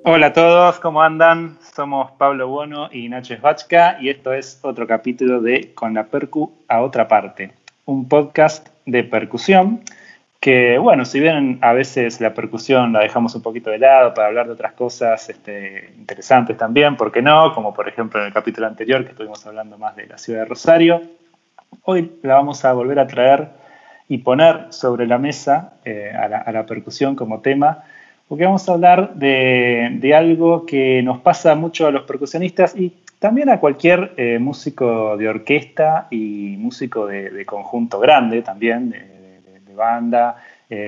Hola a todos, ¿cómo andan? Somos Pablo Bono y Nacho Svachka y esto es otro capítulo de Con la Percu a otra parte, un podcast de percusión que, bueno, si bien a veces la percusión la dejamos un poquito de lado para hablar de otras cosas interesantes también, ¿por qué no? Como por ejemplo en el capítulo anterior que estuvimos hablando más de la ciudad de Rosario, hoy la vamos a volver a traer y poner sobre la mesa a la percusión como tema, porque vamos a hablar de algo que nos pasa mucho a los percusionistas y también a cualquier músico de orquesta y músico de conjunto grande también, de banda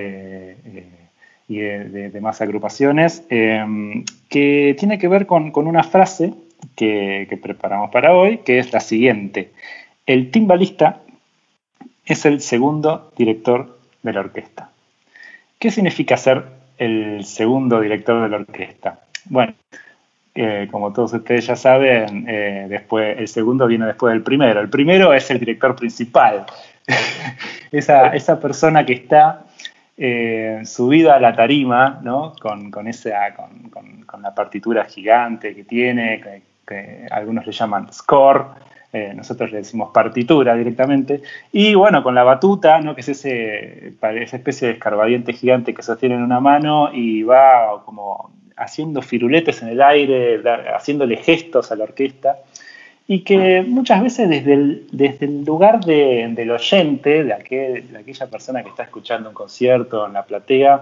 y de más agrupaciones, que tiene que ver con una frase que preparamos para hoy, que es la siguiente: el timbalista es el segundo director de la orquesta. ¿Qué significa ser el segundo director de la orquesta? Bueno, como todos ustedes ya saben, el segundo viene después del primero. El primero es el director principal. esa persona que está subida a la tarima, ¿no? con la partitura gigante que tiene, que algunos le llaman score, nosotros le decimos partitura directamente, y bueno, con la batuta, ¿no? Que es esa especie de escarbadiente gigante que sostiene en una mano y va como haciendo firuletes en el aire, haciéndole gestos a la orquesta, y que muchas veces desde el lugar del oyente, de aquella persona que está escuchando un concierto en la platea,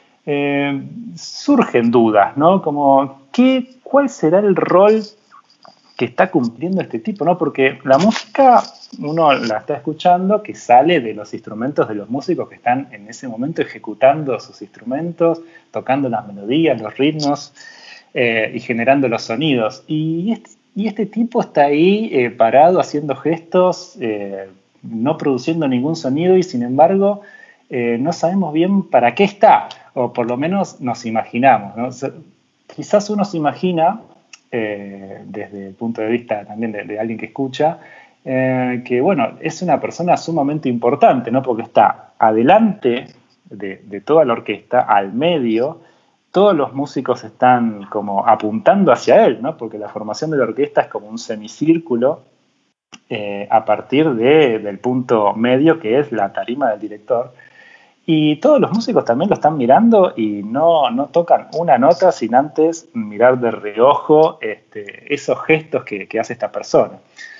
surgen dudas, ¿no? Como, ¿cuál será el rol que está cumpliendo este tipo, ¿no? Porque la música uno la está escuchando que sale de los instrumentos de los músicos que están en ese momento ejecutando sus instrumentos, tocando las melodías, los ritmos y generando los sonidos. Y este tipo está ahí parado haciendo gestos, no produciendo ningún sonido y sin embargo no sabemos bien para qué está, o por lo menos nos imaginamos, ¿no? Quizás uno se imagina desde el punto de vista también de alguien que escucha, que bueno, es una persona sumamente importante, ¿no? Porque está adelante de toda la orquesta, al medio, todos los músicos están como apuntando hacia él, ¿no? Porque la formación de la orquesta es como un semicírculo a partir del punto medio que es la tarima del director. Y todos los músicos también lo están mirando y no tocan una nota sin antes mirar de reojo esos gestos que hace esta persona.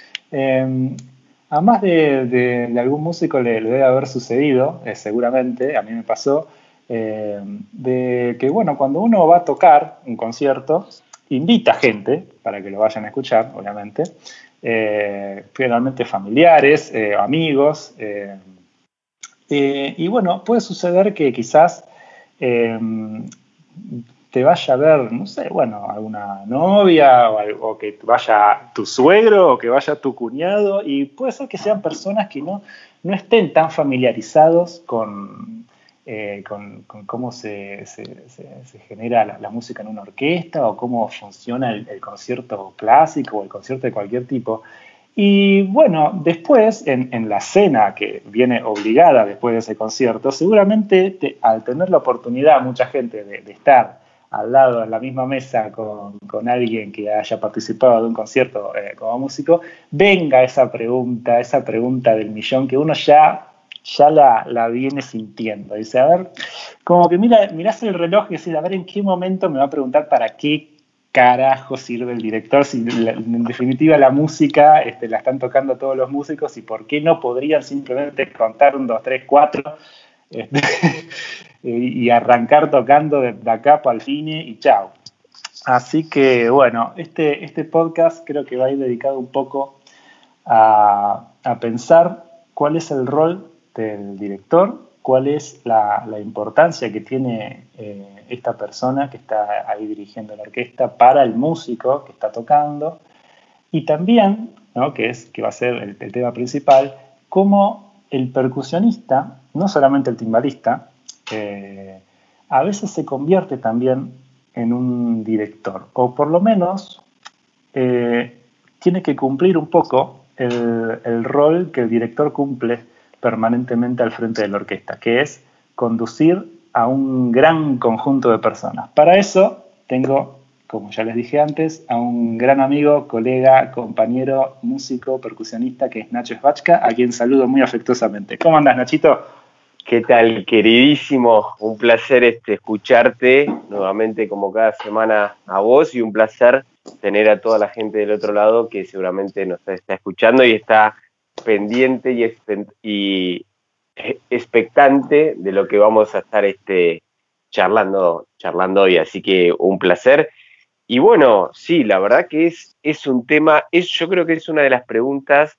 A más de algún músico le debe haber sucedido, seguramente, a mí me pasó, de que, bueno, cuando uno va a tocar un concierto, invita gente para que lo vayan a escuchar, obviamente, generalmente familiares, amigos, y bueno, puede suceder que quizás eh, te vaya a ver, no sé, bueno, alguna novia o que vaya tu suegro o que vaya tu cuñado y puede ser que sean personas que no estén tan familiarizados con cómo se genera la música en una orquesta o cómo funciona el concierto clásico o el concierto de cualquier tipo. Y bueno, después, en la cena que viene obligada después de ese concierto, seguramente al tener la oportunidad mucha gente de estar al lado en la misma mesa con alguien que haya participado de un concierto como músico, venga esa pregunta del millón que uno ya la viene sintiendo. Dice, a ver, como que mirás el reloj y decís, a ver en qué momento me va a preguntar para qué carajo sirve el director, si en definitiva la música la están tocando todos los músicos y por qué no podrían simplemente contar 1, 2, 3, 4 este, y arrancar tocando de acá para el cine y chao. Así que bueno, este podcast creo que va a ir dedicado un poco a pensar cuál es el rol del director, cuál es la importancia que tiene esta persona que está ahí dirigiendo la orquesta para el músico que está tocando y también, ¿no? que va a ser el tema principal, cómo el percusionista, no solamente el timbalista, a veces se convierte también en un director, o por lo menos tiene que cumplir un poco el rol que el director cumple permanentemente al frente de la orquesta, que es conducir a un gran conjunto de personas. Para eso tengo como ya les dije antes, a un gran amigo, colega, compañero, músico, percusionista, que es Nacho Svachka, a quien saludo muy afectuosamente. ¿Cómo andas, Nachito? ¿Qué tal, queridísimo? Un placer escucharte nuevamente como cada semana a vos y un placer tener a toda la gente del otro lado que seguramente nos está escuchando y está pendiente y expectante de lo que vamos a estar charlando hoy. Así que un placer. Y bueno, sí, la verdad que es un tema, yo creo que es una de las preguntas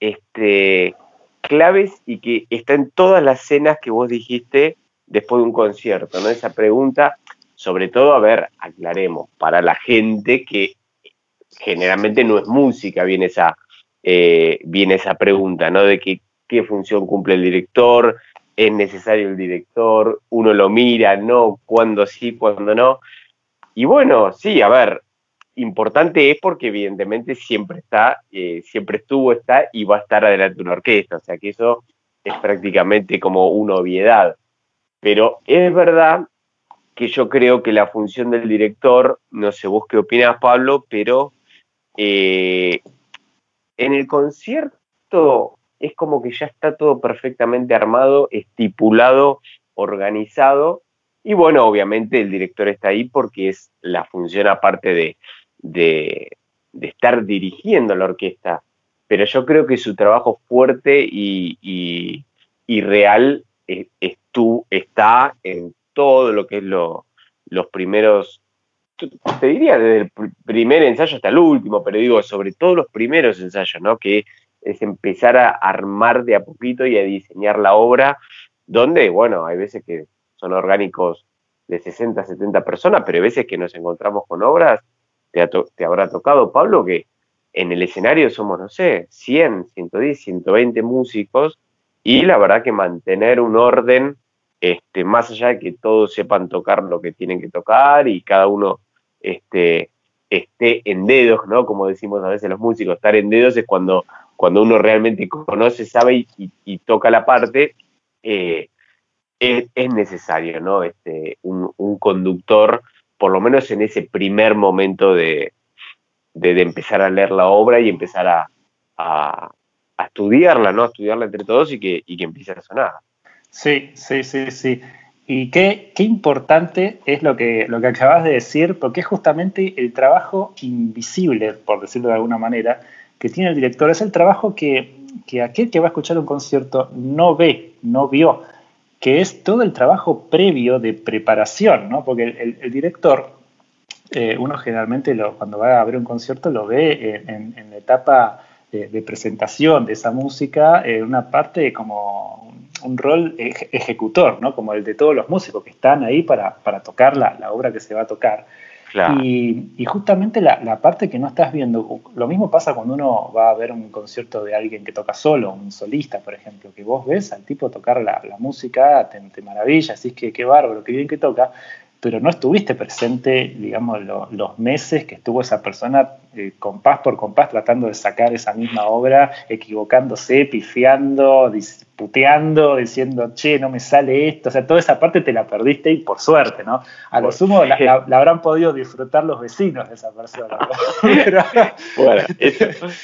claves y que está en todas las cenas que vos dijiste después de un concierto, ¿no? Esa pregunta, sobre todo, a ver, aclaremos, para la gente que generalmente no es música, viene esa pregunta, ¿no? De qué función cumple el director, es necesario el director, uno lo mira, no, cuándo sí, cuándo no. Y bueno, sí, a ver, importante es porque evidentemente siempre estuvo, está y va a estar adelante una orquesta, o sea que eso es prácticamente como una obviedad. Pero es verdad que yo creo que la función del director, no sé vos qué opinás, Pablo, pero en el concierto es como que ya está todo perfectamente armado, estipulado, organizado, y bueno, obviamente el director está ahí porque es la función aparte de estar dirigiendo la orquesta, pero yo creo que su trabajo fuerte y real está en todo lo que es los primeros, te diría desde el primer ensayo hasta el último, pero digo, sobre todo los primeros ensayos, ¿no? Que es empezar a armar de a poquito y a diseñar la obra, donde, bueno, hay veces que son orgánicos de 60, 70 personas, pero hay veces que nos encontramos con obras, te habrá tocado, Pablo, que en el escenario somos, no sé, 100, 110, 120 músicos, y la verdad que mantener un orden, más allá de que todos sepan tocar lo que tienen que tocar y cada uno esté en dedos, ¿no? Como decimos a veces los músicos, estar en dedos es cuando uno realmente conoce, sabe y toca la parte, es necesario, ¿no? Un conductor, por lo menos en ese primer momento de empezar a leer la obra y empezar a estudiarla, ¿no? A estudiarla entre todos y que empiece a sonar. Sí, sí, sí, sí. Y qué importante es lo que acabas de decir, porque es justamente el trabajo invisible, por decirlo de alguna manera, que tiene el director. Es el trabajo que aquel que va a escuchar un concierto no ve, no vio, que es todo el trabajo previo de preparación, ¿no? Porque el director, uno generalmente cuando va a ver un concierto lo ve en la etapa de presentación de esa música, en una parte como un rol ejecutor, ¿no? Como el de todos los músicos que están ahí para tocar la obra que se va a tocar. Claro. Y justamente la parte que no estás viendo, lo mismo pasa cuando uno va a ver un concierto de alguien que toca solo, un solista, por ejemplo, que vos ves al tipo tocar la música, te maravilla, así que qué bárbaro, qué bien que toca, pero no estuviste presente, digamos, los meses que estuvo esa persona compás por compás tratando de sacar esa misma obra, equivocándose, pifiando, puteando, diciendo, che, no me sale esto, o sea, toda esa parte te la perdiste y por suerte, ¿no? A lo sumo la habrán podido disfrutar los vecinos de esa persona. Pero, bueno, eso.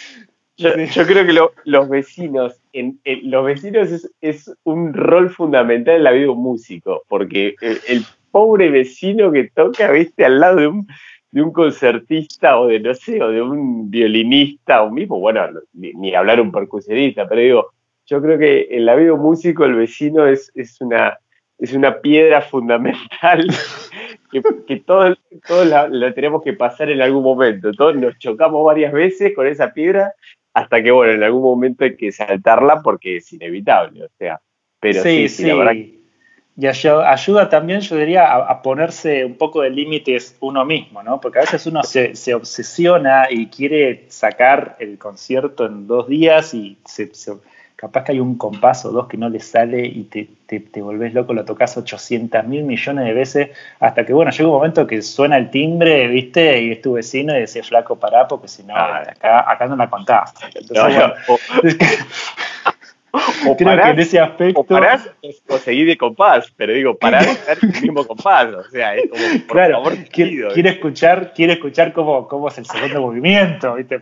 Yo creo que los vecinos, los vecinos es un rol fundamental en la vida de un músico, porque el pobre vecino que toca, viste, al lado de un concertista o de, no sé, o de un violinista o mismo, bueno, ni hablar un percusionista, pero digo, yo creo que en la vida de un músico el vecino es una piedra fundamental que todos la tenemos que pasar en algún momento. Todos nos chocamos varias veces con esa piedra hasta que, bueno, en algún momento hay que saltarla porque es inevitable, o sea, pero sí, la verdad. Y ayuda también, yo diría, a ponerse un poco de límites uno mismo, ¿no? Porque a veces uno se obsesiona y quiere sacar el concierto en 2 días y capaz que hay un compás o dos que no le sale y te volvés loco, lo tocas 800.000 millones de veces hasta que, bueno, llega un momento que suena el timbre, ¿viste? Y es tu vecino y decís, flaco, pará, porque si no, acá no la contás. Entonces, Creo que en ese aspecto... O parás o seguís de compás, pero digo, parás de estar en el mismo compás, o sea, es como, por claro, favor, quiere escuchar cómo es el segundo movimiento, ¿viste?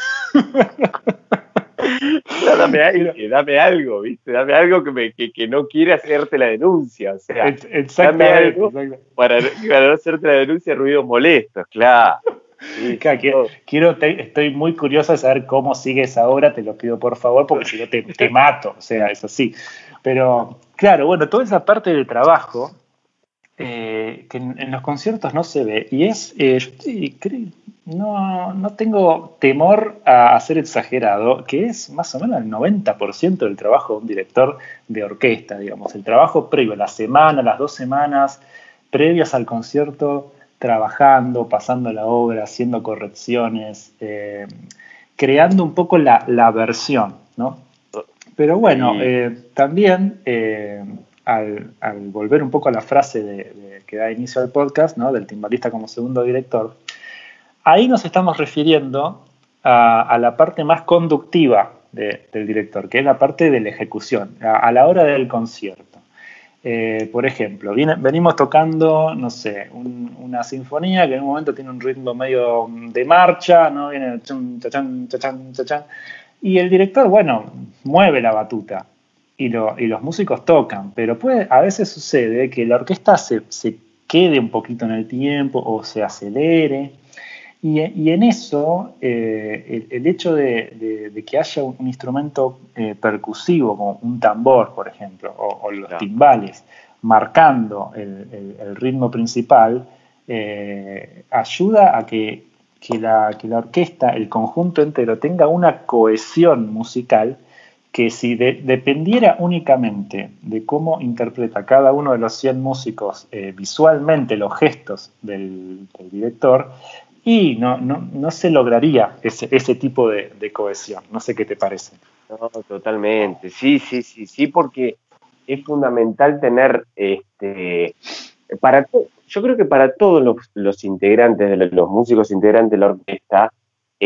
Dame algo, ¿viste? Dame algo que no quiere hacerte la denuncia, o sea, dame algo para no hacerte la denuncia de ruidos molestos, claro. Sí, claro, estoy muy curioso de saber cómo sigue esa obra, te lo pido por favor, porque si no te mato, o sea, eso sí. Pero, claro, bueno, toda esa parte del trabajo que en los conciertos no se ve, y no tengo temor a ser exagerado, que es más o menos el 90% del trabajo de un director de orquesta, digamos, el trabajo previo, la semana, las 2 semanas previas al concierto, trabajando, pasando la obra, haciendo correcciones, creando un poco la versión, ¿no? Pero bueno, también al volver un poco a la frase que da inicio al podcast, ¿no? Del timbalista como segundo director, ahí nos estamos refiriendo a la parte más conductiva del director, que es la parte de la ejecución, a la hora del concierto. Por ejemplo, venimos tocando, no sé, una sinfonía que en un momento tiene un ritmo medio de marcha, ¿no? Viene el chun, chachan, chachan, chachan, y el director, bueno, mueve la batuta y los músicos tocan, pero a veces sucede que la orquesta se quede un poquito en el tiempo o se acelere. Y en eso, el hecho de que haya un instrumento percusivo, como un tambor, por ejemplo, o los timbales, marcando el ritmo principal, ayuda a que la orquesta, el conjunto entero, tenga una cohesión musical que si dependiera únicamente de cómo interpreta cada uno de los 100 músicos visualmente los gestos del director, y no se lograría ese tipo de cohesión. No sé qué te parece. No, totalmente. Sí, porque es fundamental tener, yo creo que para todos los integrantes, los músicos integrantes de la orquesta,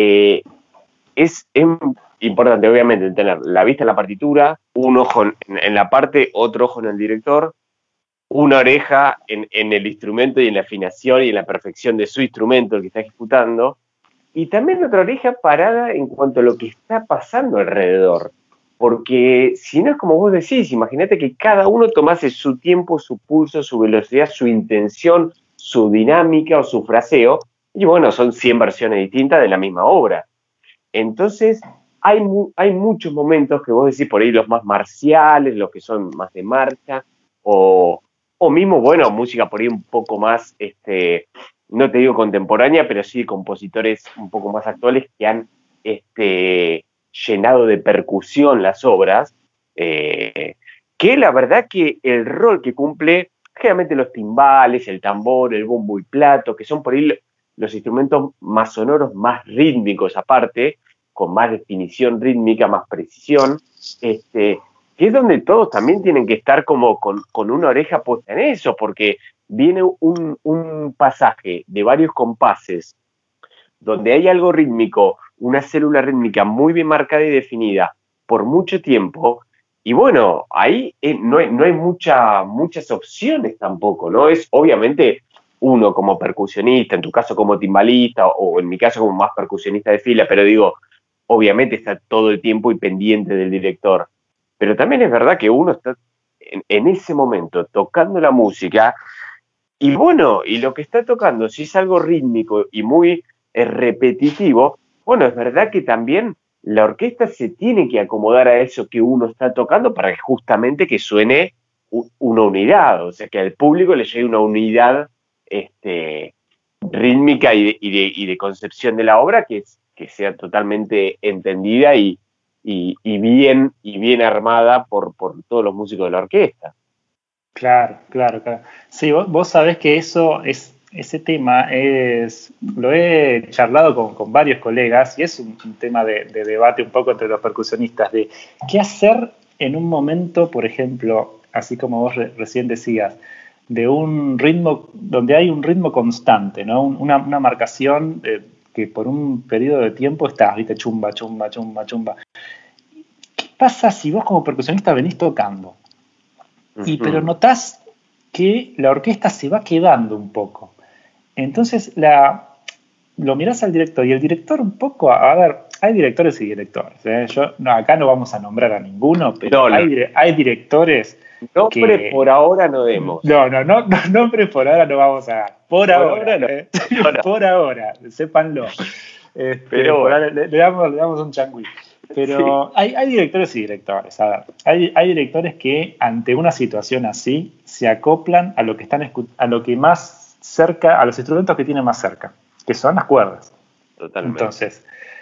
es importante, obviamente, tener la vista en la partitura, un ojo en la parte, otro ojo en el director, una oreja en el instrumento y en la afinación y en la perfección de su instrumento, el que está ejecutando, y también otra oreja parada en cuanto a lo que está pasando alrededor. Porque si no es como vos decís, imagínate que cada uno tomase su tiempo, su pulso, su velocidad, su intención, su dinámica o su fraseo, y bueno, son 100 versiones distintas de la misma obra. Entonces, hay muchos momentos que vos decís por ahí, los más marciales, los que son más de marcha, o mismo, bueno, música por ahí un poco más, no te digo contemporánea, pero sí compositores un poco más actuales que han llenado de percusión las obras, que la verdad que el rol que cumple, generalmente los timbales, el tambor, el bombo y plato, que son por ahí los instrumentos más sonoros, más rítmicos aparte, con más definición rítmica, más precisión, que es donde todos también tienen que estar como con una oreja puesta en eso, porque viene un pasaje de varios compases donde hay algo rítmico, una célula rítmica muy bien marcada y definida por mucho tiempo, y bueno, ahí no hay muchas opciones tampoco, ¿no? Es obviamente uno como percusionista, en tu caso como timbalista, o en mi caso como más percusionista de fila, pero digo, obviamente está todo el tiempo y pendiente del director. Pero también es verdad que uno está en ese momento tocando la música y bueno, y lo que está tocando, si es algo rítmico y muy repetitivo, bueno, es verdad que también la orquesta se tiene que acomodar a eso que uno está tocando para que justamente que suene una unidad, o sea, que al público le llegue una unidad rítmica y de concepción de la obra que sea totalmente entendida y bien armada por todos los músicos de la orquesta. Claro. Sí, vos sabés que ese tema lo he charlado con varios colegas y es un tema de debate un poco entre los percusionistas de qué hacer en un momento, por ejemplo, así como vos recién decías, de un ritmo, donde hay un ritmo constante, ¿no? Una marcación que por un periodo de tiempo está, ¿viste? Chumba, chumba, chumba, chumba. pasa si vos como percusionista venís tocando, pero notás que la orquesta se va quedando un poco. Entonces lo mirás al director y el director un poco, a ver, hay directores y directores. Acá no vamos a nombrar a ninguno, pero hay directores nombre por ahora no demos. No, nombre por ahora no vamos a dar. Por ahora no. Por ahora, sépanlo. Pero bueno. Le damos un changüí. Pero sí. hay directores y directores. A ver, hay directores que ante una situación así se acoplan a lo que están a lo que más cerca, a los instrumentos que tienen más cerca, que son las cuerdas. Totalmente. Entonces,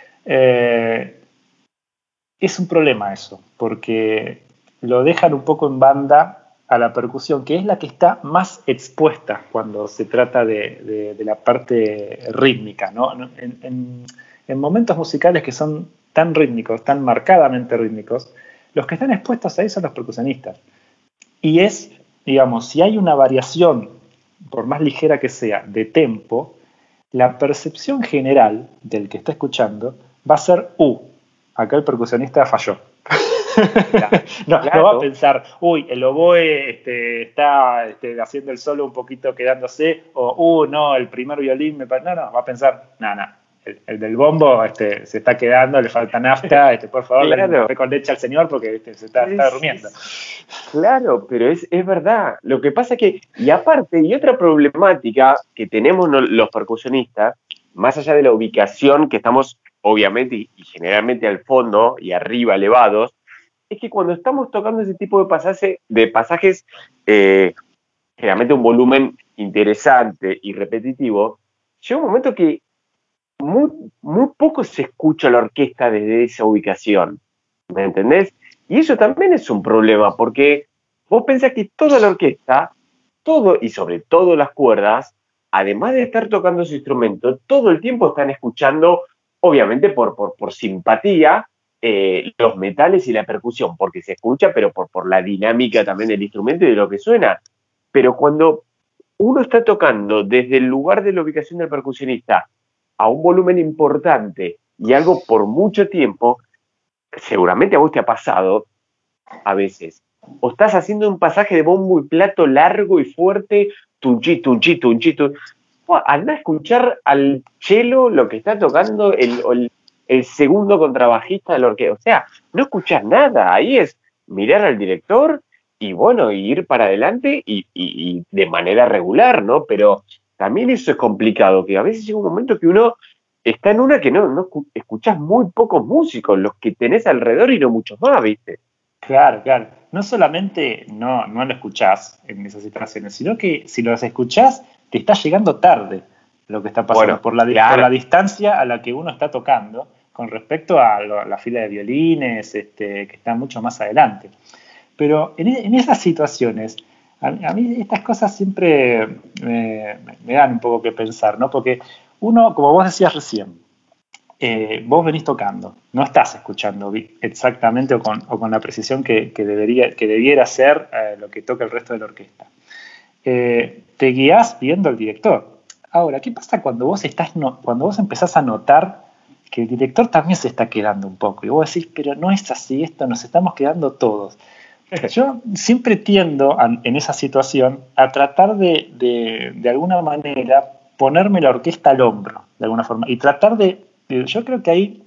es un problema eso, porque lo dejan un poco en banda a la percusión, que es la que está más expuesta cuando se trata de la parte rítmica, ¿no? En momentos musicales que son tan rítmicos, tan marcadamente rítmicos, los que están expuestos ahí son los percusionistas. Y es, digamos, si hay una variación, por más ligera que sea, de tempo, la percepción general del que está escuchando va a ser, acá el percusionista falló. No va a pensar, el oboe está haciendo el solo un poquito quedándose, o no, el primer violín no, va a pensar, el del bombo se está quedando, le falta nafta, por favor, le doy un café con leche al señor porque se está durmiendo. Claro, pero es verdad. Lo que pasa es que, y aparte, y otra problemática que tenemos los percusionistas, más allá de la ubicación que estamos, obviamente, y generalmente al fondo y arriba elevados, es que cuando estamos tocando ese tipo de pasajes, generalmente un volumen interesante y repetitivo, llega un momento que muy poco se escucha la orquesta desde esa ubicación, ¿me entendés? Y eso también es un problema, porque vos pensás que toda la orquesta, y sobre todo las cuerdas, además de estar tocando su instrumento, todo el tiempo están escuchando, obviamente por simpatía, los metales y la percusión, porque se escucha, pero por la dinámica también del instrumento y de lo que suena. Pero cuando uno está tocando desde el lugar de la ubicación del percusionista a un volumen importante y algo por mucho tiempo, seguramente a vos te ha pasado a veces, o estás haciendo un pasaje de bombo y plato largo y fuerte, tunchi, tunchi, tunchi, tunchi. Anda a escuchar al cello lo que está tocando el segundo contrabajista de la orquesta. O sea, no escuchás nada. Ahí es mirar al director y bueno, ir para adelante y de manera regular, ¿no? Pero también eso es complicado, que a veces llega un momento que uno está en una que no escuchás muy pocos músicos, los que tenés alrededor y no muchos más, ¿viste? Claro. No solamente no lo escuchás en esas situaciones, sino que si los escuchás, te está llegando tarde lo que está pasando, por la distancia a la que uno está tocando con respecto a la fila de violines que está mucho más adelante. Pero en esas situaciones, a mí estas cosas siempre me dan un poco que pensar, ¿no? Porque uno, como vos decías recién, vos venís tocando, no estás escuchando exactamente o con la precisión que debiera ser lo que toca el resto de la orquesta. Te guías viendo al director. Ahora, ¿qué pasa cuando vos empezás a notar que el director también se está quedando un poco? Y vos decís, pero no es así, nos estamos quedando todos. Yo siempre tiendo en esa situación a tratar de alguna manera ponerme la orquesta al hombro, de alguna forma, y tratar yo creo que ahí,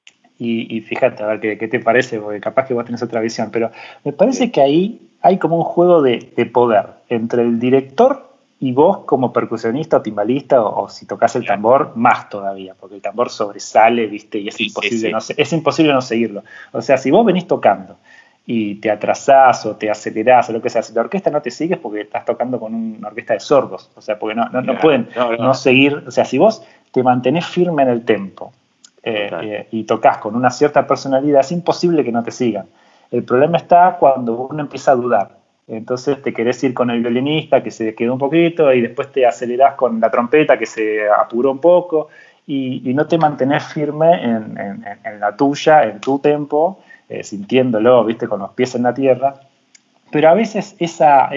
y fíjate, a ver qué te parece, porque capaz que vos tenés otra visión, pero me parece que ahí hay como un juego de poder entre el director y vos como percusionista o timbalista, o si tocas el tambor, más todavía, porque el tambor sobresale, ¿viste? Y es imposible. Es imposible no seguirlo. O sea, si vos venís tocando y te atrasás o te acelerás o lo que sea, si la orquesta no te sigue es porque estás tocando con una orquesta de sordos, o sea, porque no pueden no seguir, o sea, si vos te mantenés firme en el tempo y tocas con una cierta personalidad, es imposible que no te sigan. El problema está cuando uno empieza a dudar. Entonces te querés ir con el violinista que se quedó un poquito y después te acelerás con la trompeta que se apuró un poco y no te mantenés firme en la tuya, en tu tempo, sintiéndolo, ¿viste? Con los pies en la tierra. Pero a veces esa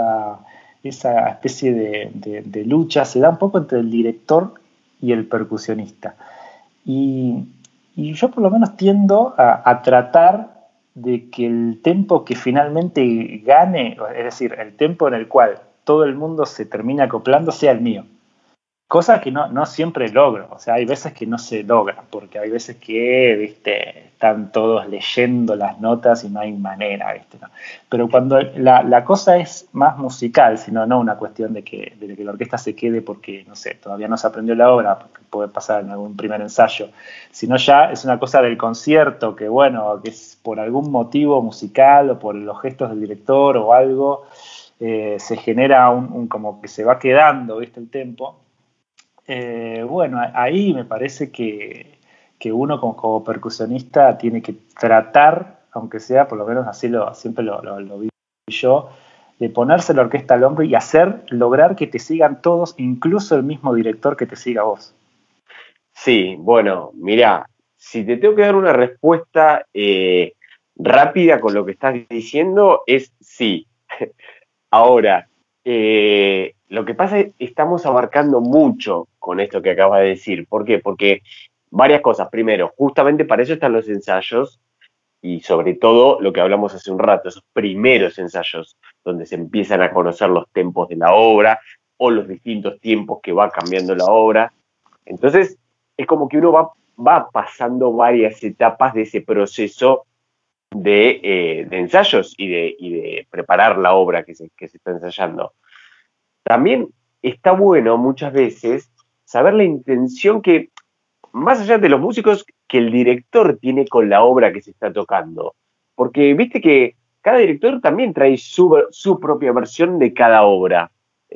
especie de lucha se da un poco entre el director y el percusionista. Y yo por lo menos tiendo a tratar de que el tempo que finalmente gane, es decir, el tempo en el cual todo el mundo se termina acoplando, sea el mío. Cosa que no siempre logro, o sea, hay veces que no se logra, porque hay veces que, viste, están todos leyendo las notas y no hay manera, viste, ¿no? Pero cuando la cosa es más musical, sino no una cuestión de que la orquesta se quede porque, no sé, todavía no se aprendió la obra, porque puede pasar en algún primer ensayo, sino ya es una cosa del concierto, que bueno, que es por algún motivo musical o por los gestos del director o algo, se genera como que se va quedando, viste, el tempo. Bueno, ahí me parece que uno como percusionista tiene que tratar, aunque sea, por lo menos así siempre lo vi yo, de ponerse la orquesta al hombro y lograr que te sigan todos, incluso el mismo director que te siga a vos. Sí, bueno, mirá, si te tengo que dar una respuesta rápida con lo que estás diciendo, es sí. Ahora, lo que pasa es que estamos abarcando mucho con esto que acabas de decir. ¿Por qué? Porque varias cosas. Primero, justamente para eso están los ensayos y sobre todo lo que hablamos hace un rato, esos primeros ensayos donde se empiezan a conocer los tempos de la obra o los distintos tiempos que va cambiando la obra. Entonces, es como que uno va pasando varias etapas de ese proceso de ensayos y de preparar la obra que se está ensayando. También está bueno muchas veces saber la intención que, más allá de los músicos, que el director tiene con la obra que se está tocando. Porque viste que cada director también trae su propia versión de cada obra.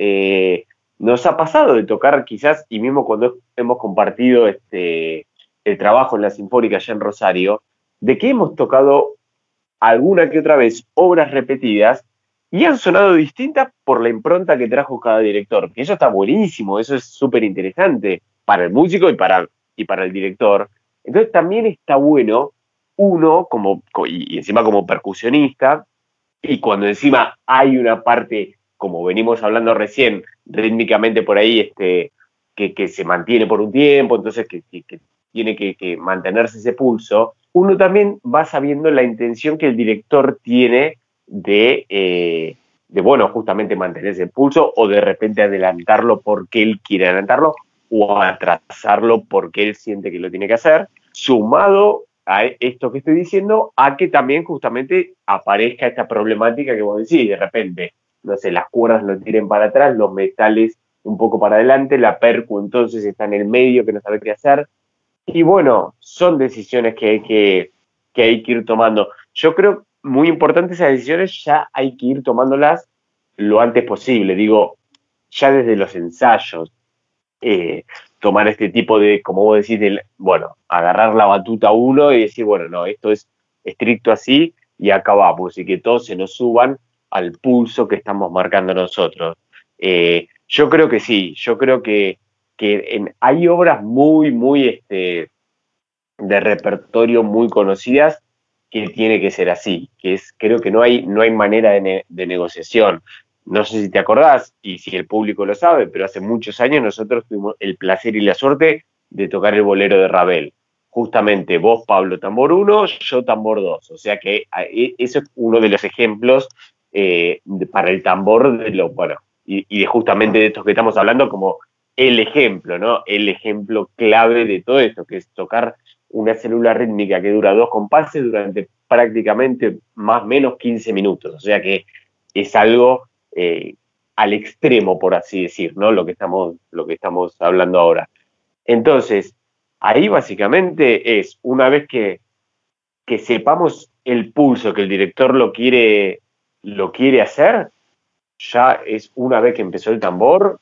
Nos ha pasado de tocar quizás, y mismo cuando hemos compartido el trabajo en la Sinfónica allá en Rosario, de que hemos tocado alguna que otra vez obras repetidas y han sonado distintas por la impronta que trajo cada director. Que eso está buenísimo, eso es súper interesante para el músico y para el director. Entonces también está bueno uno, y encima como percusionista, y cuando encima hay una parte, como venimos hablando recién, rítmicamente por ahí, que se mantiene por un tiempo, entonces que tiene que mantenerse ese pulso, uno también va sabiendo la intención que el director tiene bueno, justamente mantener ese pulso o de repente adelantarlo porque él quiere adelantarlo o atrasarlo porque él siente que lo tiene que hacer, sumado a esto que estoy diciendo, a que también justamente aparezca esta problemática que vos decís, de repente, no sé, las cuerdas lo tiren para atrás, los metales un poco para adelante, la percu entonces está en el medio que no sabe qué hacer, y bueno, son decisiones que hay que ir tomando. Yo creo muy importante esas decisiones, ya hay que ir tomándolas lo antes posible, digo, ya desde los ensayos, tomar este tipo de, como vos decís, bueno, agarrar la batuta uno y decir, bueno, no, esto es estricto así y acá vamos, y que todos se nos suban al pulso que estamos marcando nosotros. Yo creo que sí, yo creo que hay obras muy de repertorio muy conocidas que tiene que ser así, creo que no hay manera de negociación. No sé si te acordás, y si el público lo sabe, pero hace muchos años nosotros tuvimos el placer y la suerte de tocar el bolero de Ravel. Justamente vos, Pablo, tambor 1, yo tambor 2. O sea que eso es uno de los ejemplos para el tambor de lo, bueno, y de justamente de estos que estamos hablando como el ejemplo, ¿no? El ejemplo clave de todo esto, que es tocar una célula rítmica que dura 2 compases durante prácticamente más o menos 15 minutos. O sea que es algo al extremo, por así decir, ¿no? Lo que estamos hablando ahora. Entonces, ahí básicamente es, una vez que sepamos el pulso que el director lo quiere hacer, ya es una vez que empezó el tambor,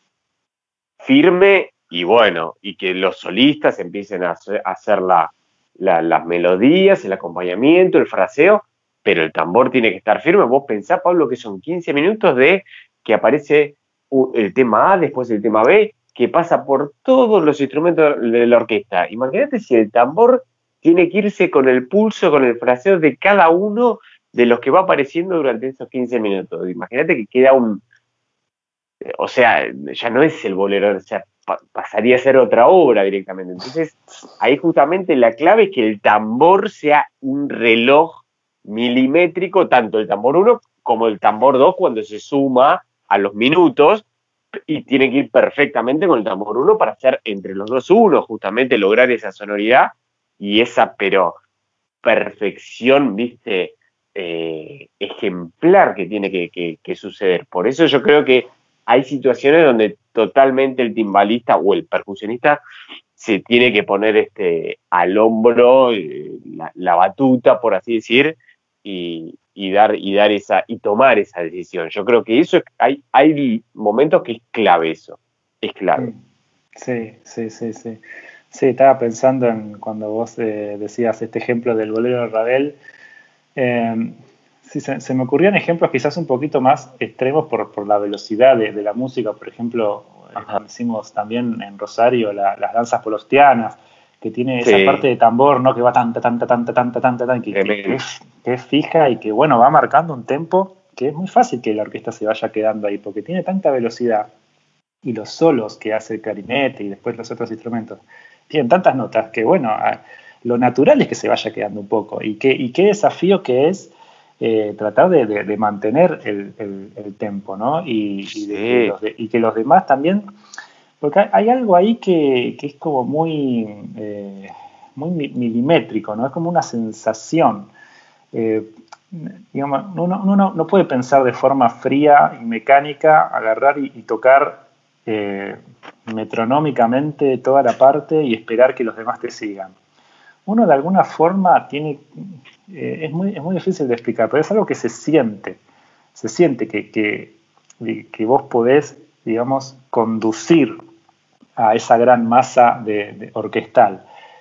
firme y bueno, y que los solistas empiecen a hacer las melodías, el acompañamiento, el fraseo, pero el tambor tiene que estar firme. Vos pensás, Pablo, que son 15 minutos de que aparece el tema A, después el tema B, que pasa por todos los instrumentos de la orquesta. Imagínate si el tambor tiene que irse con el pulso, con el fraseo de cada uno de los que va apareciendo durante esos 15 minutos. Imagínate que queda o sea, ya no es el bolero, o sea, pasaría a ser otra obra directamente. Entonces, ahí justamente la clave es que el tambor sea un reloj milimétrico tanto el tambor 1 como el tambor 2 cuando se suma a los minutos, y tiene que ir perfectamente con el tambor 1 para hacer entre los dos uno, justamente lograr esa sonoridad y esa, pero perfección, viste, ejemplar que tiene que suceder. Por eso yo creo que hay situaciones donde totalmente el timbalista o el percusionista se tiene que poner al hombro la batuta, por así decir, y dar esa, y tomar esa decisión. Yo creo que eso hay momentos que es clave eso. Es clave. Sí. Sí, estaba pensando en cuando vos decías este ejemplo del bolero de Ravel. Sí, se me ocurrían ejemplos quizás un poquito más extremos por la velocidad de la música. Por ejemplo, hicimos también en Rosario las danzas polostianas, que tiene esa parte de tambor, ¿no? Que va tanta, que es fija y que, bueno, va marcando un tempo que es muy fácil que la orquesta se vaya quedando ahí, porque tiene tanta velocidad, y los solos que hace el clarinete y después los otros instrumentos tienen tantas notas que, bueno, lo natural es que se vaya quedando un poco. Y qué desafío que es tratar de mantener el tempo, ¿no? Y que los demás también, porque hay algo ahí que es como muy milimétrico, ¿no? Es como una sensación. Digamos, uno no puede pensar de forma fría y mecánica, agarrar y tocar metronómicamente toda la parte y esperar que los demás te sigan. Uno de alguna forma tiene, es muy difícil de explicar, pero es algo que se siente que vos podés, digamos, conducir a esa gran masa de orquestal.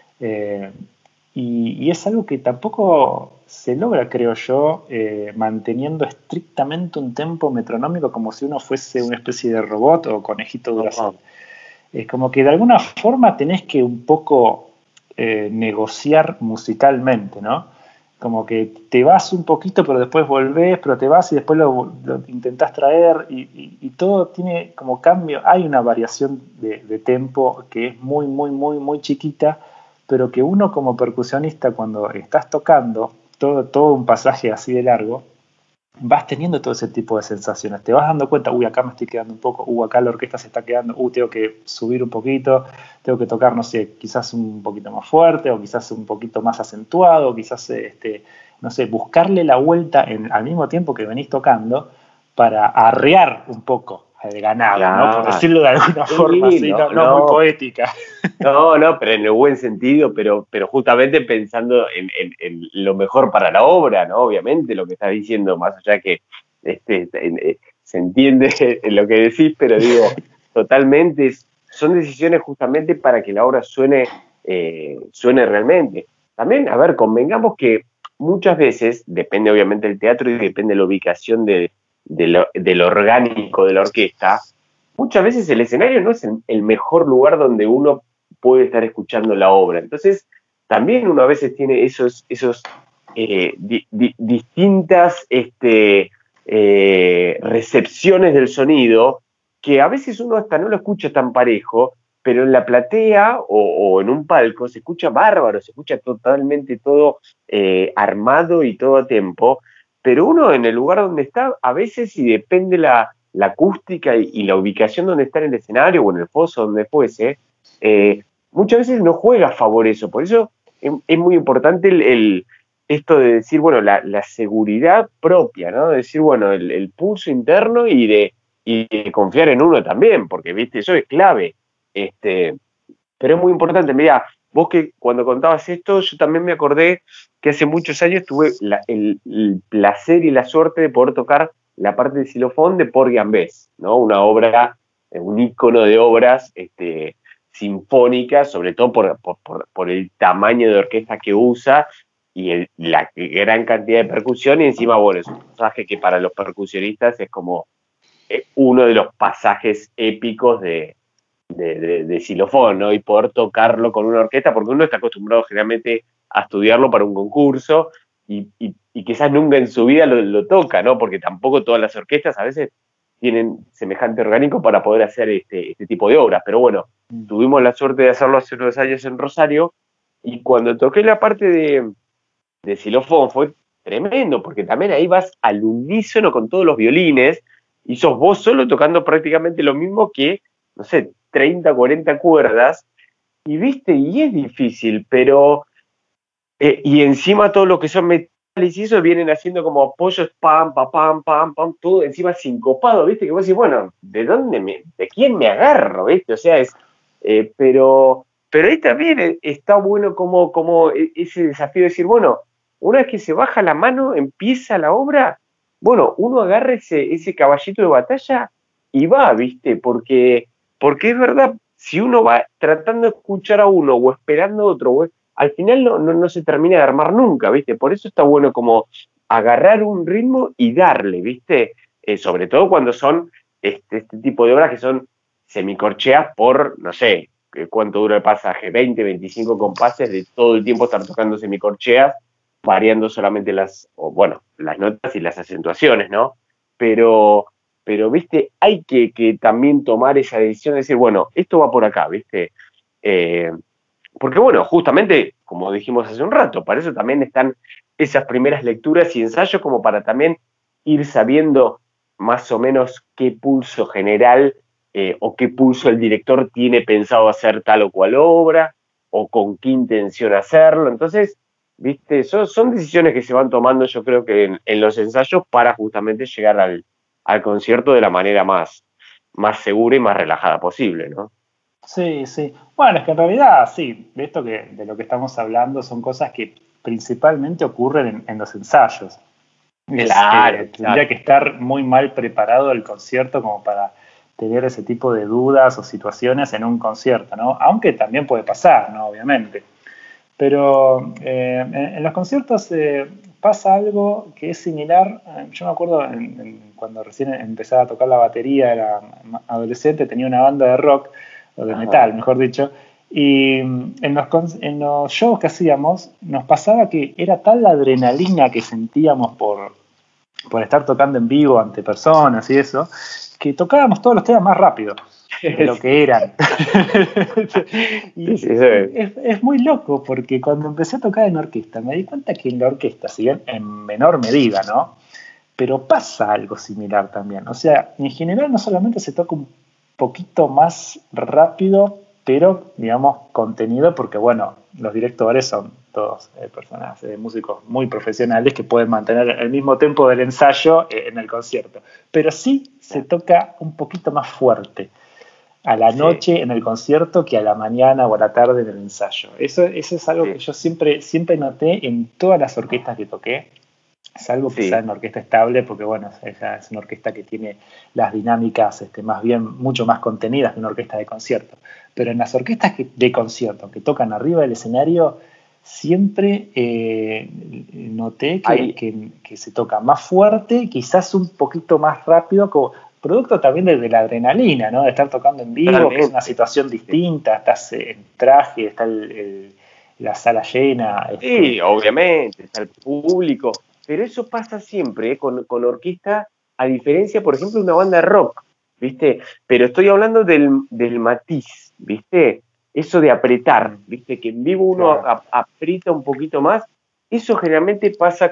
Y es algo que tampoco se logra, creo yo, manteniendo estrictamente un tempo metronómico como si uno fuese una especie de robot o conejito Duracell. Es como que de alguna forma tenés que un poco negociar musicalmente, ¿no? Como que te vas un poquito, pero después volvés, pero te vas y después lo intentás traer y todo tiene como cambio. Hay una variación de tempo que es muy chiquita, pero que uno como percusionista cuando estás tocando todo un pasaje así de largo, vas teniendo todo ese tipo de sensaciones. Te vas dando cuenta, acá me estoy quedando un poco, acá la orquesta se está quedando, tengo que subir un poquito, tengo que tocar, no sé, quizás un poquito más fuerte, o quizás un poquito más acentuado, o quizás, no sé, buscarle la vuelta al mismo tiempo que venís tocando para arrear un poco al ganado, claro, ¿no? Por decirlo de alguna forma así, no muy poética. No, pero en el buen sentido, pero justamente pensando en lo mejor para la obra, ¿no? Obviamente lo que estás diciendo, más allá que se entiende lo que decís, pero digo, totalmente, son decisiones justamente para que la obra suene realmente. También, a ver, convengamos que muchas veces, depende obviamente del teatro y depende de la ubicación del orgánico de la orquesta, muchas veces el escenario no es el mejor lugar donde uno puede estar escuchando la obra. Entonces, también uno a veces tiene esos distintas recepciones del sonido que a veces uno hasta no lo escucha tan parejo, pero en la platea o en un palco se escucha bárbaro, se escucha totalmente todo armado y todo a tiempo, pero uno en el lugar donde está, a veces, y depende la acústica y la ubicación donde está en el escenario o en el foso, donde fuese, muchas veces no juega a favor eso. Por eso es muy importante esto de decir, bueno, la seguridad propia, ¿no? De decir, bueno, el pulso interno y de confiar en uno también, porque, viste, eso es clave. Pero es muy importante. Mirá, vos que cuando contabas esto, yo también me acordé que hace muchos años tuve el placer y la suerte de poder tocar la parte de xilofón de Porgy and Bess, ¿no? Una obra, un ícono de obras sinfónicas, sobre todo por el tamaño de orquesta que usa y la gran cantidad de percusión, y encima, bueno, es un pasaje que para los percusionistas es como uno de los pasajes épicos de xilofón, ¿no? Y poder tocarlo con una orquesta, porque uno está acostumbrado generalmente a estudiarlo para un concurso y quizás nunca en su vida lo toca, ¿no? Porque tampoco todas las orquestas a veces tienen semejante orgánico para poder hacer este tipo de obras. Pero bueno, tuvimos la suerte de hacerlo hace unos años en Rosario, y cuando toqué la parte de xilofón fue tremendo, porque también ahí vas al unísono con todos los violines y sos vos solo tocando prácticamente lo mismo que, no sé, 30, 40 cuerdas, y viste, y es difícil, pero, y encima todo lo que son metales y eso vienen haciendo como apoyos, pam, pam, pam, pam, pam, todo encima sincopado, viste, que vos decís, bueno, ¿de quién me agarro, viste? O sea, pero ahí también está bueno como ese desafío de decir, bueno, una vez que se baja la mano, empieza la obra, bueno, uno agarra ese caballito de batalla y va, ¿viste? Porque es verdad, si uno va tratando de escuchar a uno o esperando a otro, al final no se termina de armar nunca, ¿viste? Por eso está bueno como agarrar un ritmo y darle, ¿viste? Sobre todo cuando son este tipo de obras que son semicorcheas por, no sé, cuánto dura el pasaje, 20, 25 compases de todo el tiempo estar tocando semicorcheas, variando solamente las notas y las acentuaciones, ¿no? Pero, viste, hay que también tomar esa decisión de decir, bueno, esto va por acá, ¿viste? Porque, bueno, justamente, como dijimos hace un rato, para eso también están esas primeras lecturas y ensayos, como para también ir sabiendo más o menos qué pulso general o qué pulso el director tiene pensado hacer tal o cual obra, o con qué intención hacerlo. Entonces, viste, son decisiones que se van tomando, yo creo que en los ensayos, para justamente llegar al concierto de la manera más segura y más relajada posible, ¿no? Sí, sí. Bueno, es que en realidad, sí, de lo que estamos hablando son cosas que principalmente ocurren en los ensayos. Claro, Tendría que exacto. estar muy mal preparado el concierto como para tener ese tipo de dudas o situaciones en un concierto, ¿no? Aunque también puede pasar, ¿no? Obviamente. Pero en los conciertos pasa algo que es similar. Yo me acuerdo cuando recién empezaba a tocar la batería, era adolescente, tenía una banda de rock, o de Ajá. metal, mejor dicho, y en los shows que hacíamos nos pasaba que era tal la adrenalina que sentíamos por estar tocando en vivo ante personas y eso, que tocábamos todos los temas más rápido de lo que Sí, eran. sí, Y sí, eso es. es muy loco porque cuando empecé a tocar en orquesta me di cuenta que en la orquesta, si bien en menor medida, ¿no? Pero pasa algo similar también. O sea, en general no solamente se toca un poquito más rápido, pero digamos contenido, porque bueno, los directores son todos personas, músicos muy profesionales que pueden mantener el mismo tempo del ensayo en el concierto. Pero sí se toca un poquito más fuerte a la Sí, noche en el concierto que a la mañana o a la tarde en el ensayo. Eso es algo que sí, yo siempre noté en todas las orquestas que toqué, salvo quizá sí, en orquesta estable, porque bueno, esa es una orquesta que tiene las dinámicas más bien mucho más contenidas que una orquesta de concierto. Pero en las orquestas de concierto que tocan arriba del escenario, siempre noté hay, que se toca más fuerte, quizás un poquito más rápido, como producto también de la adrenalina, ¿no? De estar tocando en vivo, que es una totalmente. situación Sí, distinta, estás en traje, está la sala llena, sí, obviamente, está el público, pero eso pasa siempre, con orquesta, a diferencia, por ejemplo, de una banda de rock, ¿viste? Pero estoy hablando del matiz, ¿viste? Eso de apretar, mm, ¿viste? Que en vivo uno claro. aprieta un poquito más. Eso generalmente pasa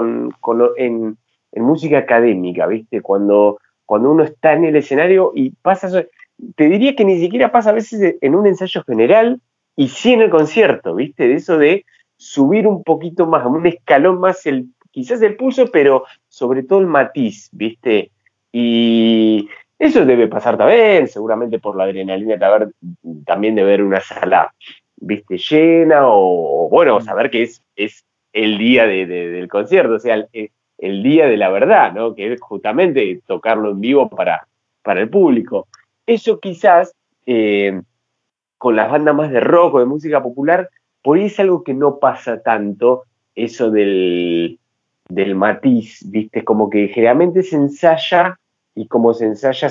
en música académica, ¿viste? Cuando uno está en el escenario y pasa eso. Te diría que ni siquiera pasa a veces en un ensayo general y sí en el concierto, ¿viste? De eso de subir un poquito más, un escalón más, quizás el pulso, pero sobre todo el matiz, ¿viste? Y eso debe pasar también, seguramente por la adrenalina también de ver una sala, ¿viste? Llena, o bueno, Mm. saber que es el día del concierto, o sea, el día de la verdad, ¿no? Que es justamente tocarlo en vivo para el público. Eso quizás con las bandas más de rock o de música popular, por ahí es algo que no pasa tanto, eso del matiz, ¿viste? Como que generalmente se ensaya y como se ensaya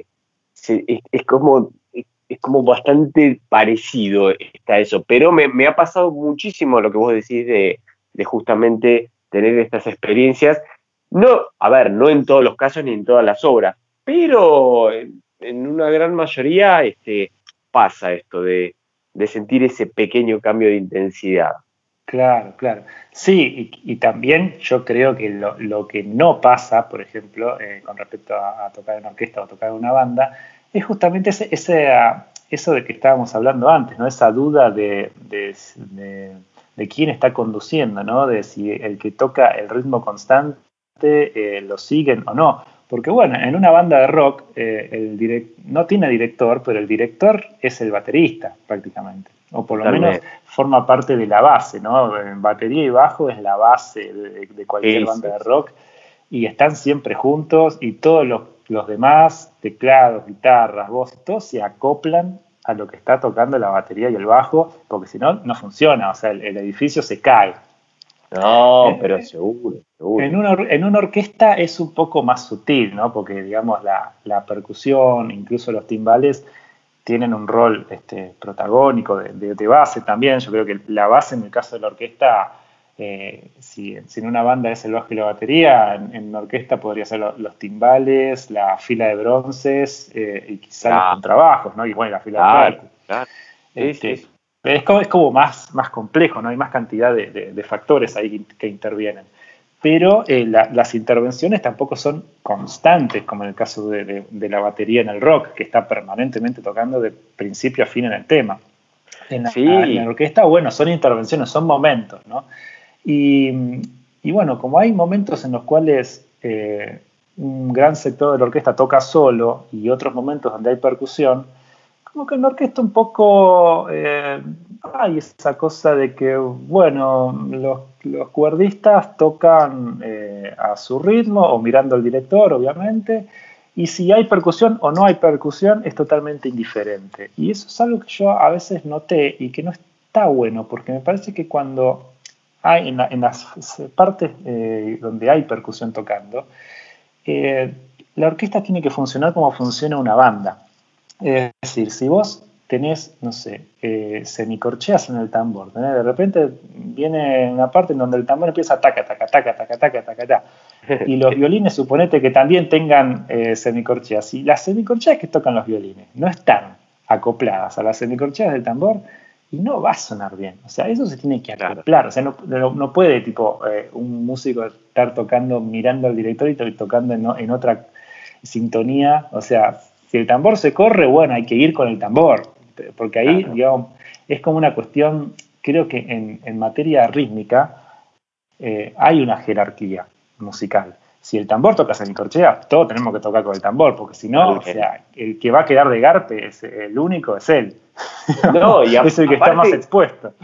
es como bastante parecido está eso, pero me ha pasado muchísimo lo que vos decís de justamente tener estas experiencias. No, a ver, no en todos los casos ni en todas las obras, pero en una gran mayoría pasa esto de sentir ese pequeño cambio de intensidad. Claro, claro. Sí, y también yo creo que lo que no pasa, por ejemplo, con respecto a tocar en orquesta o tocar en una banda, es justamente eso de que estábamos hablando antes, ¿no? Esa duda de quién está conduciendo, ¿no? De si el que toca el ritmo constante lo siguen o no. Porque bueno, en una banda de rock no tiene director, pero el director es el baterista prácticamente. O por lo menos Totalmente. forma parte de la base, ¿no? En batería y bajo es la base de cualquier Sí, banda sí, de sí. rock y están siempre juntos y todos los demás, teclados, guitarras, voces, todos se acoplan a lo que está tocando la batería y el bajo, porque si no, no funciona, o sea, el edificio se cae. No, pero Eh, seguro, seguro. en una orquesta es un poco más sutil, ¿no? Porque, digamos, la percusión, incluso los timbales, tienen un rol protagónico de base también. Yo creo que la base en el caso de la orquesta, si en una banda es el bajo y la batería, en una orquesta podría ser los timbales, la fila de bronces y quizá los Claro, contrabajos, ¿no? Y bueno, la fila de claro, percu. claro. Sí, sí, Este, sí. es como más complejo, ¿no? Hay más cantidad de factores ahí que intervienen. Pero las intervenciones tampoco son constantes, como en el caso de la batería en el rock, que está permanentemente tocando de principio a fin en el tema. En la Sí, orquesta, bueno, son intervenciones, son momentos, ¿no? Y, y bueno, como hay momentos en los cuales un gran sector de la orquesta toca solo y otros momentos donde hay percusión, como que en la orquesta un poco hay esa cosa de que, bueno, los cuerdistas tocan a su ritmo o mirando al director, obviamente, y si hay percusión o no hay percusión es totalmente indiferente. Y eso es algo que yo a veces noté y que no está bueno, porque me parece que cuando hay en las partes donde hay percusión tocando, eh, la orquesta tiene que funcionar como funciona una banda. Es decir, si vos tenés, no sé, semicorcheas en el tambor, de repente viene una parte en donde el tambor empieza taca, taca, taca, taca, taca, taca, taca, y los violines suponete que también tengan semicorcheas, y las semicorcheas que tocan los violines no están acopladas a las semicorcheas del tambor, y no va a sonar bien. O sea, eso se tiene que claro. acoplar. O sea, no puede, tipo, un músico estar tocando, mirando al director y tocando en otra sintonía. O sea, si el tambor se corre, bueno, hay que ir con el tambor. Porque ahí, Claro. digamos, es como una cuestión, creo que en materia rítmica hay una jerarquía musical. Si el tambor toca semicorchea, todos tenemos que tocar con el tambor, porque si no, o Totalmente. sea, el que va a quedar de garpe, es el único es él. No, y Es el que está más aparte, expuesto.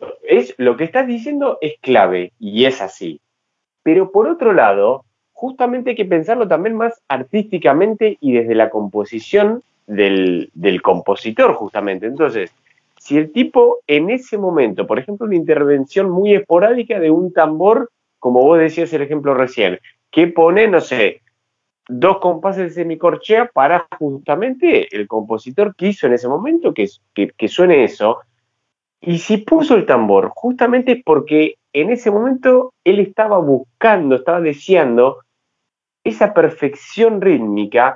lo que estás diciendo es clave y es así. Pero por otro lado, justamente hay que pensarlo también más artísticamente y desde la composición del compositor, justamente. Entonces, si el tipo en ese momento, por ejemplo, una intervención muy esporádica de un tambor, como vos decías el ejemplo recién, que pone, no sé, dos compases de semicorchea para justamente el compositor quiso en ese momento que suene eso, y si puso el tambor, justamente porque en ese momento él estaba buscando, estaba deseando esa perfección rítmica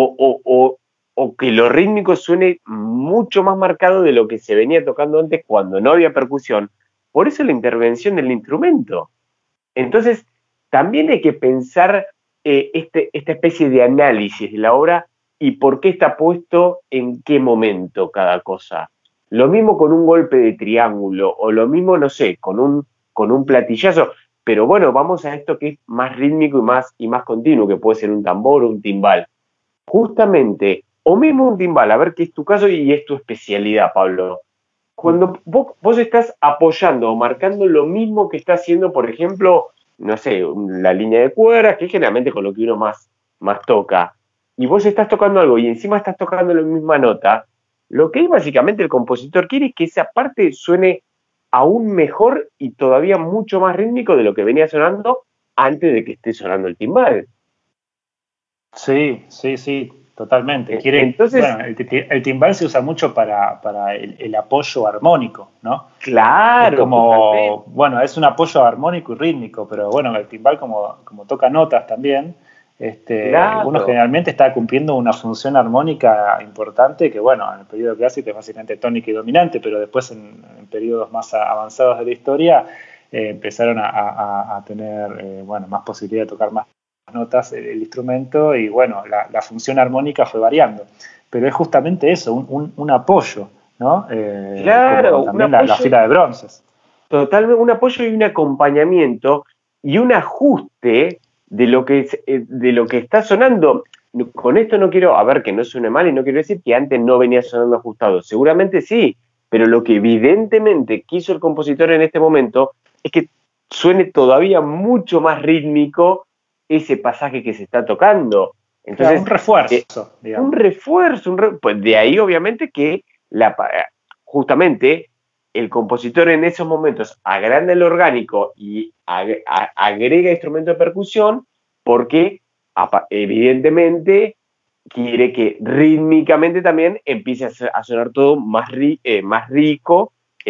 o que lo rítmico suene mucho más marcado de lo que se venía tocando antes cuando no había percusión. Por eso la intervención del instrumento. Entonces, también hay que pensar esta especie de análisis de la obra y por qué está puesto en qué momento cada cosa. Lo mismo con un golpe de triángulo, o lo mismo, no sé, con un platillazo. Pero bueno, vamos a esto que es más rítmico y más continuo, que puede ser un tambor o un timbal. Justamente, o mismo un timbal, a ver qué es tu caso y es tu especialidad, Pablo. Cuando vos estás apoyando o marcando lo mismo que está haciendo, por ejemplo, no sé, la línea de cuerdas, que es generalmente con lo que uno más toca, y vos estás tocando algo y encima estás tocando la misma nota, lo que básicamente el compositor quiere es que esa parte suene aún mejor y todavía mucho más rítmico de lo que venía sonando antes de que esté sonando el timbal. Sí, sí, sí, totalmente. Entonces, Bueno, el timbal se usa mucho para el apoyo armónico, ¿no? Es claro, como, totalmente. bueno, es un apoyo armónico y rítmico, pero bueno, el timbal como toca notas también, Uno Claro. generalmente está cumpliendo una función armónica importante que, bueno, en el periodo clásico es básicamente tónica y dominante, pero después en periodos más avanzados de la historia empezaron a tener, bueno, más posibilidad de tocar más notas el instrumento y, bueno, la función armónica fue variando. Pero es justamente eso, un apoyo, ¿no? Como Claro, un también la apoyo, fila de bronces. totalmente, un apoyo y un acompañamiento y un ajuste de lo que está sonando. Con esto no quiero, a ver, que no suene mal y no quiero decir que antes no venía sonando ajustado. Seguramente sí, pero lo que evidentemente quiso el compositor en este momento es que suene todavía mucho más rítmico ese pasaje que se está tocando. Claro, un Entonces, refuerzo, un digamos. refuerzo, pues de ahí obviamente que justamente el compositor en esos momentos agranda el orgánico y agrega instrumento de percusión porque evidentemente quiere que rítmicamente también empiece a sonar todo más rico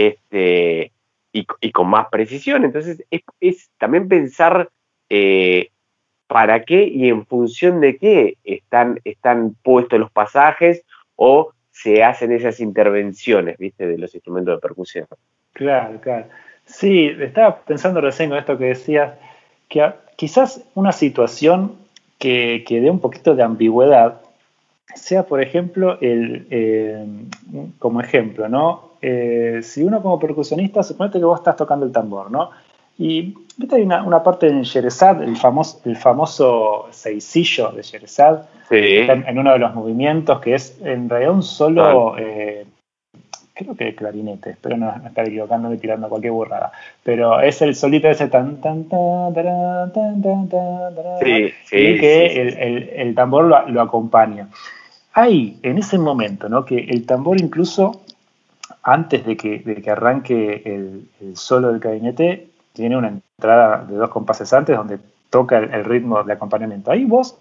y con más precisión. Entonces es también pensar eh, para qué y en función de qué están puestos los pasajes o se hacen esas intervenciones, ¿viste? De los instrumentos de percusión. Claro, claro. Sí, estaba pensando recién con esto que decías, que quizás una situación que dé un poquito de ambigüedad sea, por ejemplo, como ejemplo, ¿no? Si uno como percusionista, suponete que vos estás tocando el tambor, ¿no? Y viste, hay una parte en Sherezad, el famoso seisillo de Sherezad, que está Sí, en uno de los movimientos, que es en realidad un total. solo, creo que clarinete, espero no estar equivocándome tirando cualquier burrada, pero es el solito ese tan tan tan tarán, tan tan tan tarán, Sí, y sí, sí, que sí, sí. el tambor lo acompaña. Hay en ese momento, ¿no? Que el tambor incluso antes de que arranque el solo del clarinete tiene una entrada de 2 compases antes donde toca el ritmo de acompañamiento. Ahí vos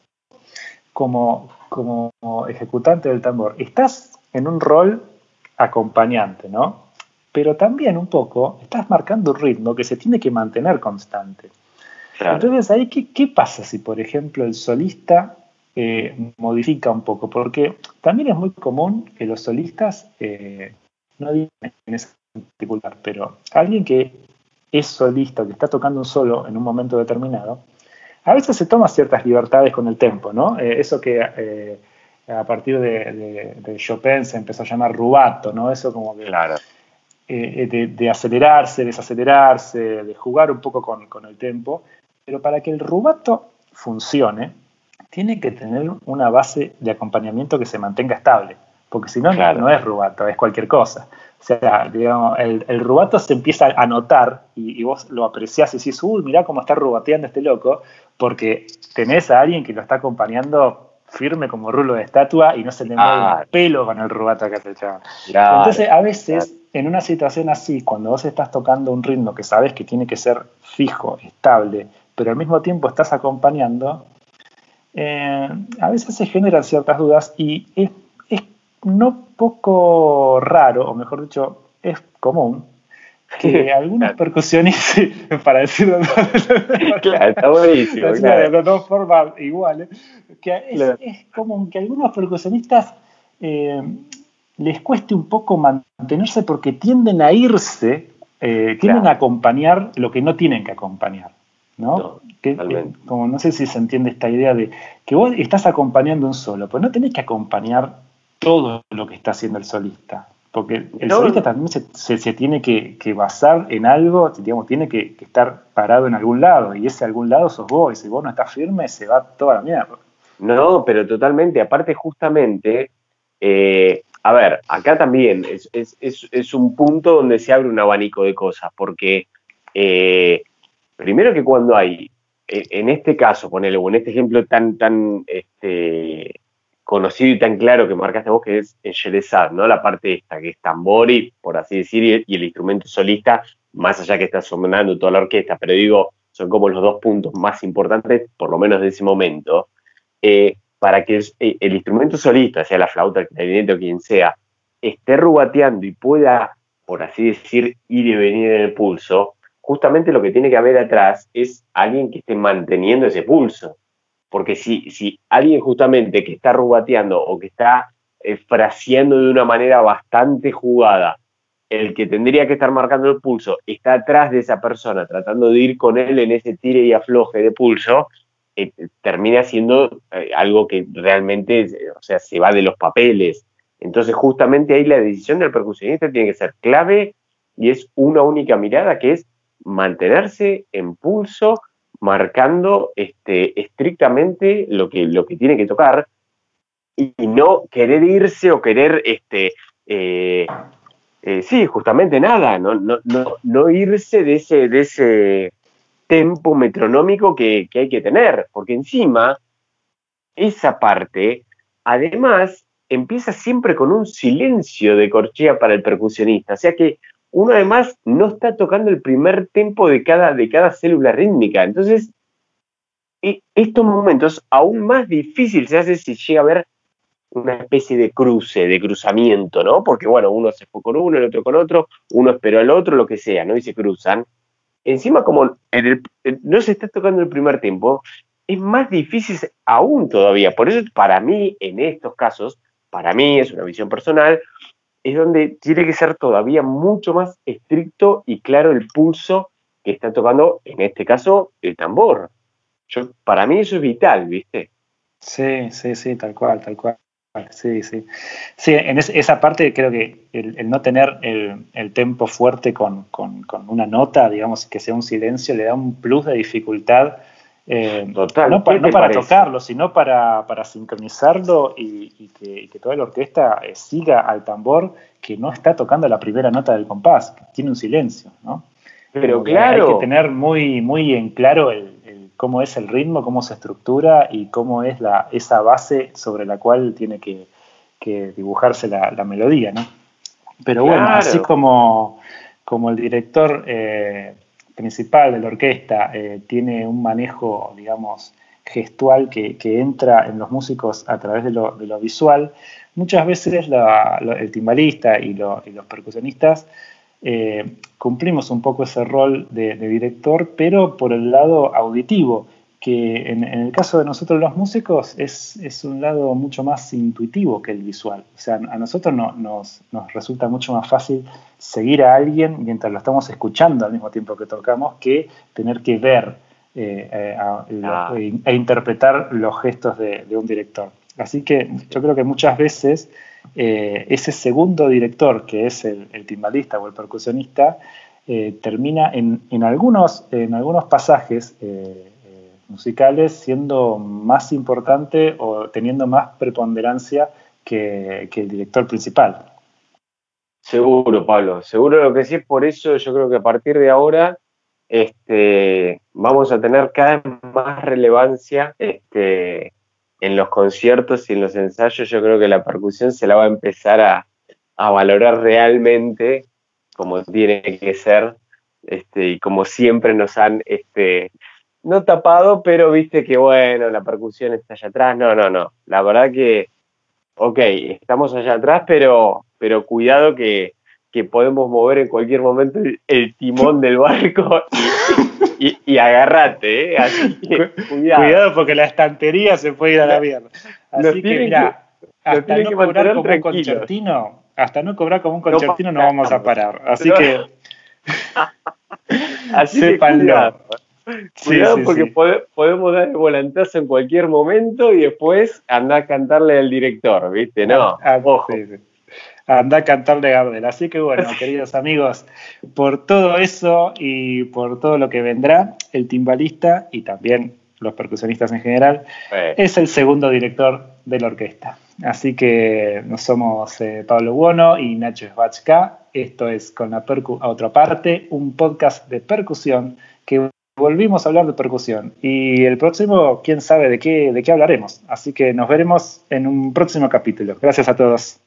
como ejecutante del tambor, estás en un rol acompañante, ¿no? Pero también un poco estás marcando un ritmo que se tiene que mantener constante. Claro. Entonces, ahí, ¿qué pasa si, por ejemplo, el solista modifica un poco? Porque también es muy común que los solistas, no digan en ese particular, pero alguien que es solista, que está tocando un solo en un momento determinado, a veces se toma ciertas libertades con el tempo, ¿no? Eso que a partir de Chopin se empezó a llamar rubato, ¿no? Eso como que Claro. de acelerarse, desacelerarse, de jugar un poco con el tempo, pero para que el rubato funcione, tiene que tener una base de acompañamiento que se mantenga estable, porque si no, Claro. no es rubato, es cualquier cosa. O sea, digamos, el rubato se empieza a notar y vos lo apreciás y decís, uy, mirá cómo está rubateando este loco, porque tenés a alguien que lo está acompañando firme como rulo de estatua y no se le mueve un Claro, pelo con el rubato que hace el chaval. claro, Entonces, a claro. veces, en una situación así, cuando vos estás tocando un ritmo que sabes que tiene que ser fijo, estable, pero al mismo tiempo estás acompañando, a veces se generan ciertas dudas y es no poco raro, o mejor dicho, es común que algunos Claro, percusionistas, para decirlo claro, está buenísimo, para decirlo claro. de dos formas iguales, que Claro. es común que algunos percusionistas eh, les cueste un poco mantenerse porque tienden a irse, tienden a Claro. acompañar lo que no tienen que acompañar, ¿no? No, Que, totalmente. como no sé si se entiende esta idea de que vos estás acompañando un solo, pues no tenés que acompañar todo lo que está haciendo el solista, porque el solista No, también se tiene que basar en algo, digamos, tiene que estar parado en algún lado, y ese algún lado sos vos, y si vos no estás firme, se va toda la mierda. no, pero totalmente. Aparte, justamente, a ver, acá también es un punto donde se abre un abanico de cosas, porque eh, primero que cuando hay, en este caso, ponele, o en este ejemplo tan conocido y tan claro que marcaste vos, que es en Sherezad, ¿no? La parte esta, que es tambori, por así decir, y el instrumento solista, más allá que está sonando toda la orquesta, pero digo, son como los dos puntos más importantes, por lo menos de ese momento, para que el instrumento solista, sea la flauta, el clarinete o quien sea, esté rubateando y pueda, por así decir, ir y venir en el pulso, justamente lo que tiene que haber atrás es alguien que esté manteniendo ese pulso. porque si alguien justamente que está rubateando o que está fraseando de una manera bastante jugada, el que tendría que estar marcando el pulso está atrás de esa persona tratando de ir con él en ese tire y afloje de pulso, termina siendo algo que realmente, o sea, se va de los papeles. Entonces justamente ahí la decisión del percusionista tiene que ser clave y es una única mirada, que es mantenerse en pulso, marcando estrictamente lo que tiene que tocar, y no querer irse o querer sí, justamente nada, no irse de ese tempo metronómico que hay que tener, porque encima esa parte, además, empieza siempre con un silencio de corchea para el percusionista, o sea que uno además no está tocando el primer tempo de cada célula rítmica, entonces estos momentos aún más difícil se hace si llega a haber una especie de cruce, de cruzamiento, ¿no? Porque, bueno, uno se fue con uno, el otro con otro, uno esperó al otro, lo que sea, ¿no? Y se cruzan. Encima, como no se está tocando el primer tiempo, es más difícil aún todavía. Por eso, para mí, en estos casos, para mí, es una visión personal, es donde tiene que ser todavía mucho más estricto y claro el pulso que está tocando, en este caso, el tambor. Para mí eso es vital, ¿viste? Sí, sí, sí, tal cual, tal cual. Sí, sí. Sí, en esa parte creo que el no tener el tempo fuerte con una nota, digamos, que sea un silencio, le da un plus de dificultad, Total, no, ¿qué no te para parece? tocarlo, sino para sincronizarlo y que toda la orquesta siga al tambor que no está tocando la primera nota del compás, que tiene un silencio, ¿no? Pero Como que hay que claro, tener muy, muy en claro cómo es el ritmo, cómo se estructura y cómo es esa base sobre la cual tiene que dibujarse la melodía, ¿no? Pero bueno, así claro. como el director principal de la orquesta tiene un manejo, digamos, gestual que entra en los músicos a través de lo visual, muchas veces el timbalista y los percusionistas cumplimos un poco ese rol de director, pero por el lado auditivo, que en el caso de nosotros los músicos es un lado mucho más intuitivo que el visual. O sea, a nosotros nos resulta mucho más fácil seguir a alguien mientras lo estamos escuchando al mismo tiempo que tocamos que tener que ver Ah, e interpretar los gestos de un director. Así que yo creo que muchas veces ese segundo director, que es el timbalista o el percusionista, termina en algunos pasajes musicales siendo más importante o teniendo más preponderancia que el director principal. seguro, Pablo, seguro lo que sí. Es por eso yo creo que a partir de ahora vamos a tener cada vez más relevancia en los conciertos y en los ensayos. Yo creo que la percusión se la va a empezar a valorar realmente como tiene que ser, y como siempre nos han no tapado, pero viste que bueno, la percusión está allá atrás. No, no, no. La verdad que ok, estamos allá atrás, pero cuidado que podemos mover en cualquier momento el timón del barco y agarrate, ¿eh? Así que cuidado. Cuidado porque la estantería se puede ir a la No- mierda. Nos Así que tienen que, mira, nos tienen que mantener tranquilos. hasta no cobrar como un No concertino no vamos a paramos. parar. Así No- que así que sépanlo. cuidado. Sí, Cuidado sí, porque sí. podemos dar el volantazo en cualquier momento y después andar a cantarle al director, ¿viste? No, ojo. Sí, sí. Anda a cantarle a Gardel. Así que bueno, queridos amigos, por todo eso y por todo lo que vendrá, el timbalista y también los percusionistas en general es el segundo director de la orquesta. Así que no somos Pablo Buono y Nacho Svachka. Esto es Con la Percu a otra parte, un podcast de percusión que volvimos a hablar de percusión. Y el próximo, quién sabe de qué hablaremos. Así que nos veremos en un próximo capítulo. Gracias a todos.